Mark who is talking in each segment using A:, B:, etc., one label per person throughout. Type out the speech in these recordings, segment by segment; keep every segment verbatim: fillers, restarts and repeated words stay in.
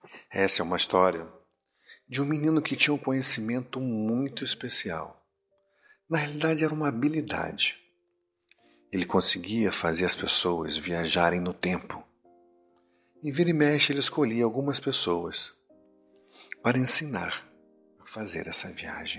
A: Essa é uma história de um menino que tinha um conhecimento muito especial. Na realidade, era uma habilidade. Ele conseguia fazer as pessoas viajarem no tempo. E vira e mexe, ele escolhia algumas pessoas para ensinar a fazer essa viagem.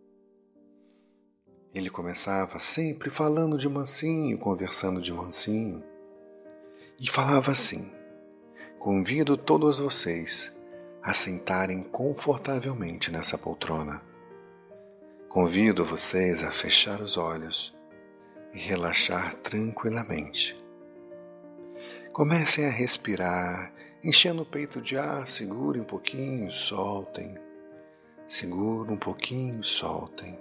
A: Ele começava sempre falando de mansinho, conversando de mansinho, e falava assim: convido todos vocês a sentarem confortavelmente nessa poltrona. Convido vocês a fechar os olhos e relaxar tranquilamente. Comecem a respirar, enchendo o peito de ar, segurem um pouquinho, soltem. Segura um pouquinho, soltem.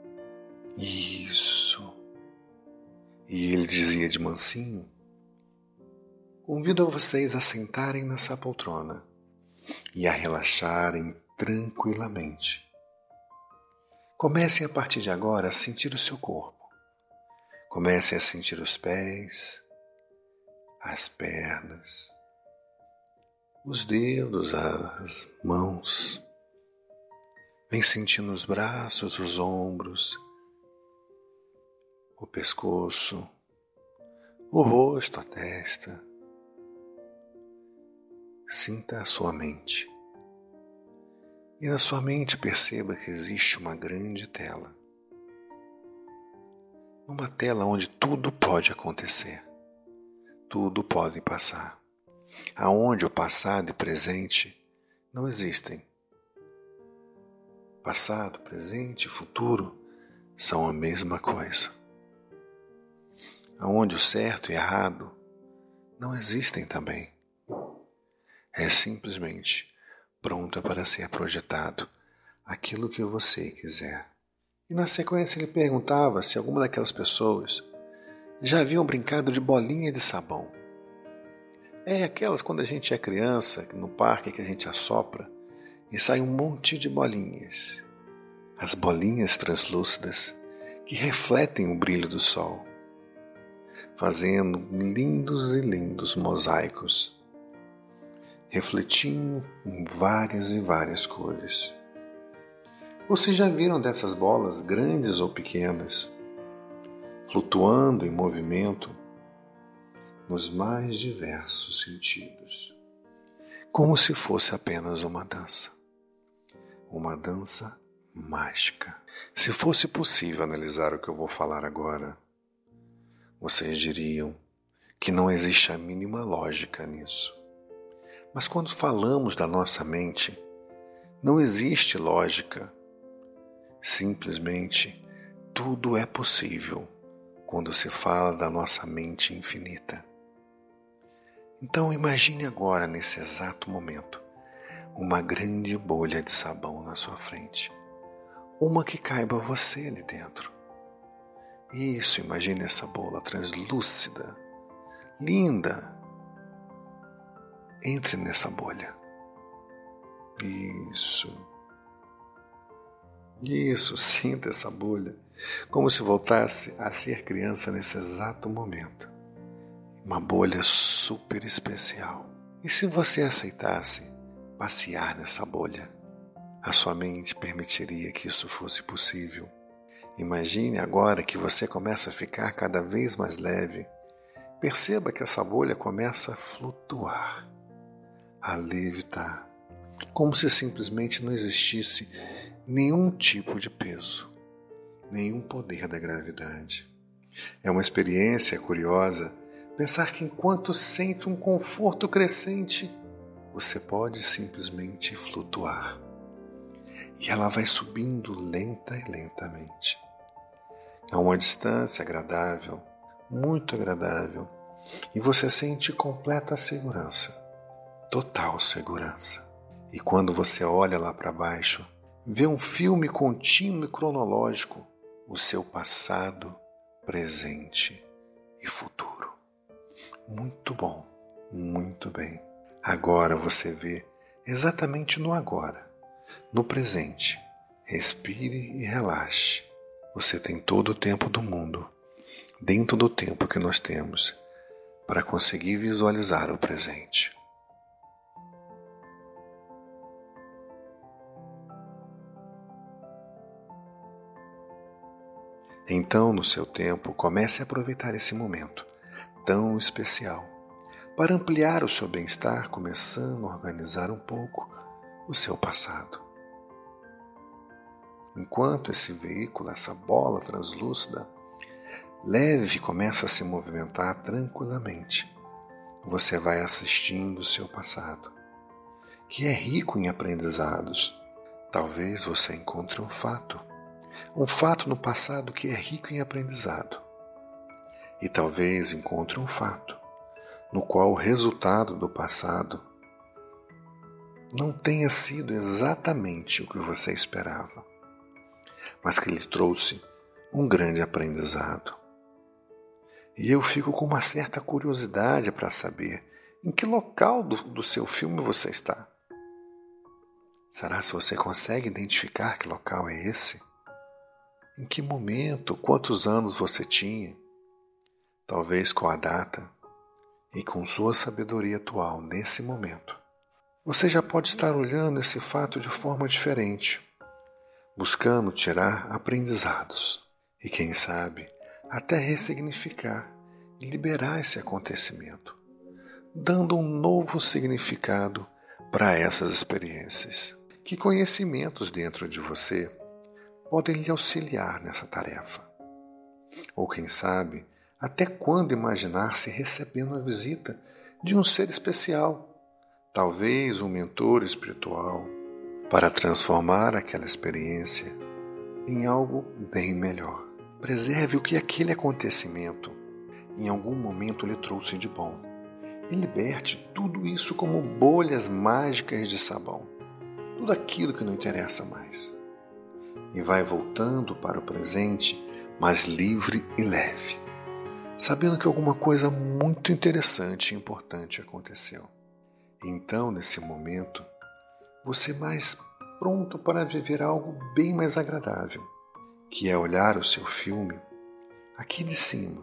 A: Isso. E ele dizia de mansinho: convido vocês a sentarem nessa poltrona e a relaxarem tranquilamente. Comecem a partir de agora a sentir o seu corpo. Comecem a sentir os pés, as pernas, os dedos, as mãos. Vem sentindo os braços, os ombros, o pescoço, o rosto, a testa. Sinta a sua mente. E na sua mente perceba que existe uma grande tela. Uma tela onde tudo pode acontecer. Tudo pode passar. Aonde o passado e presente não existem. Passado, presente e futuro são a mesma coisa. Aonde o certo e errado não existem também. É simplesmente pronta para ser projetado aquilo que você quiser. E na sequência ele perguntava se alguma daquelas pessoas já haviam brincado de bolinha de sabão. É aquelas quando a gente é criança, no parque que a gente assopra e sai um monte de bolinhas. As bolinhas translúcidas que refletem o brilho do sol, fazendo lindos e lindos mosaicos, refletindo em várias e várias cores. Vocês já viram dessas bolas, grandes ou pequenas, flutuando em movimento nos mais diversos sentidos, como se fosse apenas uma dança, uma dança mágica. Se fosse possível analisar o que eu vou falar agora, vocês diriam que não existe a mínima lógica nisso. Mas quando falamos da nossa mente, não existe lógica. Simplesmente tudo é possível quando se fala da nossa mente infinita. Então imagine agora, nesse exato momento, uma grande bolha de sabão na sua frente. Uma que caiba você ali dentro. Isso, imagine essa bola translúcida, linda. Entre nessa bolha. Isso. Isso, sinta essa bolha, como se voltasse a ser criança nesse exato momento. Uma bolha super especial. E se você aceitasse passear nessa bolha, a sua mente permitiria que isso fosse possível. Imagine agora que você começa a ficar cada vez mais leve. Perceba que essa bolha começa a flutuar, a levitar, como se simplesmente não existisse nenhum tipo de peso, nenhum poder da gravidade. É uma experiência curiosa pensar que enquanto sente um conforto crescente, você pode simplesmente flutuar. E ela vai subindo lenta e lentamente. A uma distância agradável, muito agradável, e você sente completa segurança, total segurança. E quando você olha lá para baixo, vê um filme contínuo e cronológico, o seu passado, presente e futuro. Muito bom, muito bem. Agora você vê exatamente no agora, no presente. Respire e relaxe. Você tem todo o tempo do mundo, dentro do tempo que nós temos, para conseguir visualizar o presente. Então, no seu tempo, comece a aproveitar esse momento tão especial para ampliar o seu bem-estar, começando a organizar um pouco o seu passado. Enquanto esse veículo, essa bola translúcida, leve, começa a se movimentar tranquilamente, você vai assistindo o seu passado, que é rico em aprendizados. Talvez você encontre um fato, um fato no passado que é rico em aprendizado. E talvez encontre um fato no qual o resultado do passado não tenha sido exatamente o que você esperava, mas que lhe trouxe um grande aprendizado. E eu fico com uma certa curiosidade para saber em que local do, do seu filme você está. Será se você consegue identificar que local é esse? Em que momento, quantos anos você tinha? Talvez com a data e com sua sabedoria atual nesse momento. Você já pode estar olhando esse fato de forma diferente, buscando tirar aprendizados e, quem sabe, até ressignificar e liberar esse acontecimento, dando um novo significado para essas experiências. Que conhecimentos dentro de você podem lhe auxiliar nessa tarefa? Ou quem sabe, até quando imaginar-se recebendo a visita de um ser especial, talvez um mentor espiritual, para transformar aquela experiência em algo bem melhor. Preserve o que aquele acontecimento em algum momento lhe trouxe de bom e liberte tudo isso como bolhas mágicas de sabão, tudo aquilo que não interessa mais. E vai voltando para o presente mais livre e leve, sabendo que alguma coisa muito interessante e importante aconteceu. E então, nesse momento, você mais pronto para viver algo bem mais agradável, que é olhar o seu filme aqui de cima,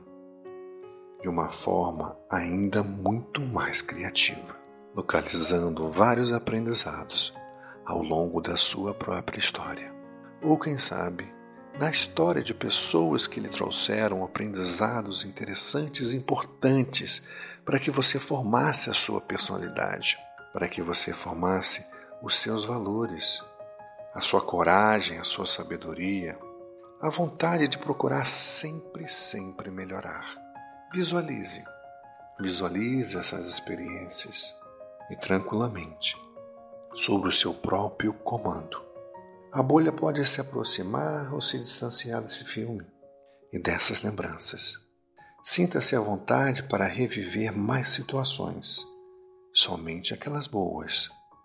A: de uma forma ainda muito mais criativa, localizando vários aprendizados ao longo da sua própria história. Ou quem sabe, na história de pessoas que lhe trouxeram aprendizados interessantes e importantes para que você formasse a sua personalidade, para que você formasse os seus valores, a sua coragem, a sua sabedoria, a vontade de procurar sempre, sempre melhorar. Visualize, visualize essas experiências e tranquilamente, sobre o seu próprio comando. A bolha pode se aproximar ou se distanciar desse filme e dessas lembranças. Sinta-se à vontade para reviver mais situações, somente aquelas boas,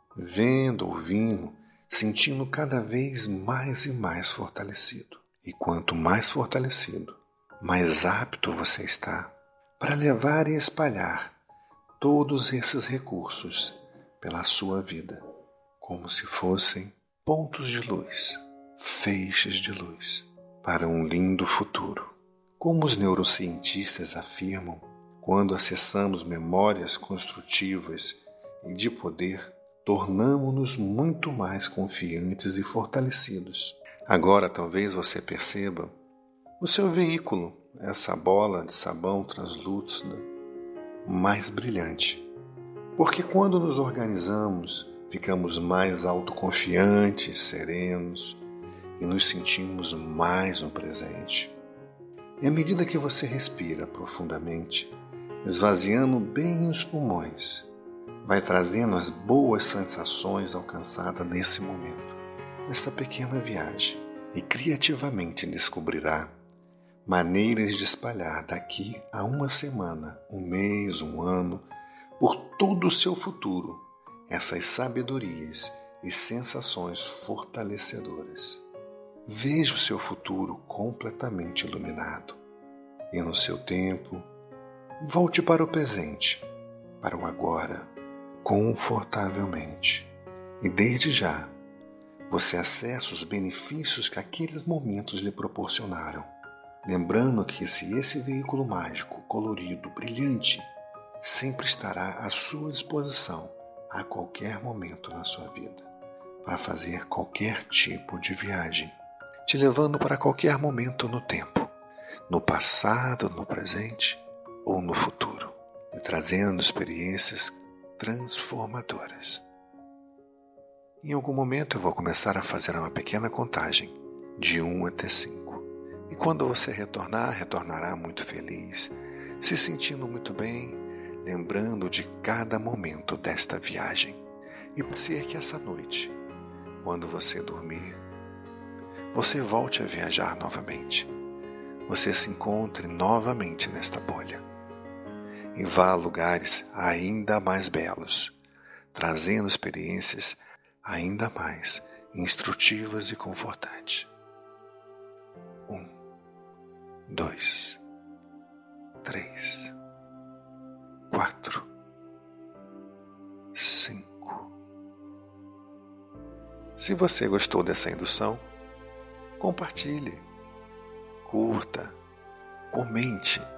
A: vendo, ouvindo, sentindo cada vez mais e mais fortalecido. E quanto mais fortalecido, mais apto você está para levar e espalhar todos esses recursos pela sua vida, como se fossem pontos de luz, feixes de luz, para um lindo futuro. Como os neurocientistas afirmam, quando acessamos memórias construtivas e de poder, tornamo-nos muito mais confiantes e fortalecidos. Agora talvez você perceba o seu veículo, essa bola de sabão translúcida, mais brilhante. Porque quando nos organizamos, ficamos mais autoconfiantes, serenos e nos sentimos mais no presente. E à medida que você respira profundamente, esvaziando bem os pulmões, vai trazendo as boas sensações alcançadas nesse momento, nesta pequena viagem, e criativamente descobrirá maneiras de espalhar daqui a uma semana, um mês, um ano, por todo o seu futuro, essas sabedorias e sensações fortalecedoras. Veja o seu futuro completamente iluminado e, no seu tempo, volte para o presente, para o agora, confortavelmente. E desde já, você acessa os benefícios que aqueles momentos lhe proporcionaram, lembrando que se esse veículo mágico, colorido, brilhante, sempre estará à sua disposição a qualquer momento na sua vida, para fazer qualquer tipo de viagem, te levando para qualquer momento no tempo, no passado, no presente ou no futuro, e trazendo experiências transformadoras. Em algum momento eu vou começar a fazer uma pequena contagem, de um até cinco. E quando você retornar, retornará muito feliz, se sentindo muito bem, lembrando de cada momento desta viagem. E pode ser que essa noite, quando você dormir, você volte a viajar novamente. Você se encontre novamente nesta bolha. E vá a lugares ainda mais belos, trazendo experiências ainda mais instrutivas e confortantes. Um, dois, três, quatro, cinco. Se você gostou dessa indução, compartilhe, curta, comente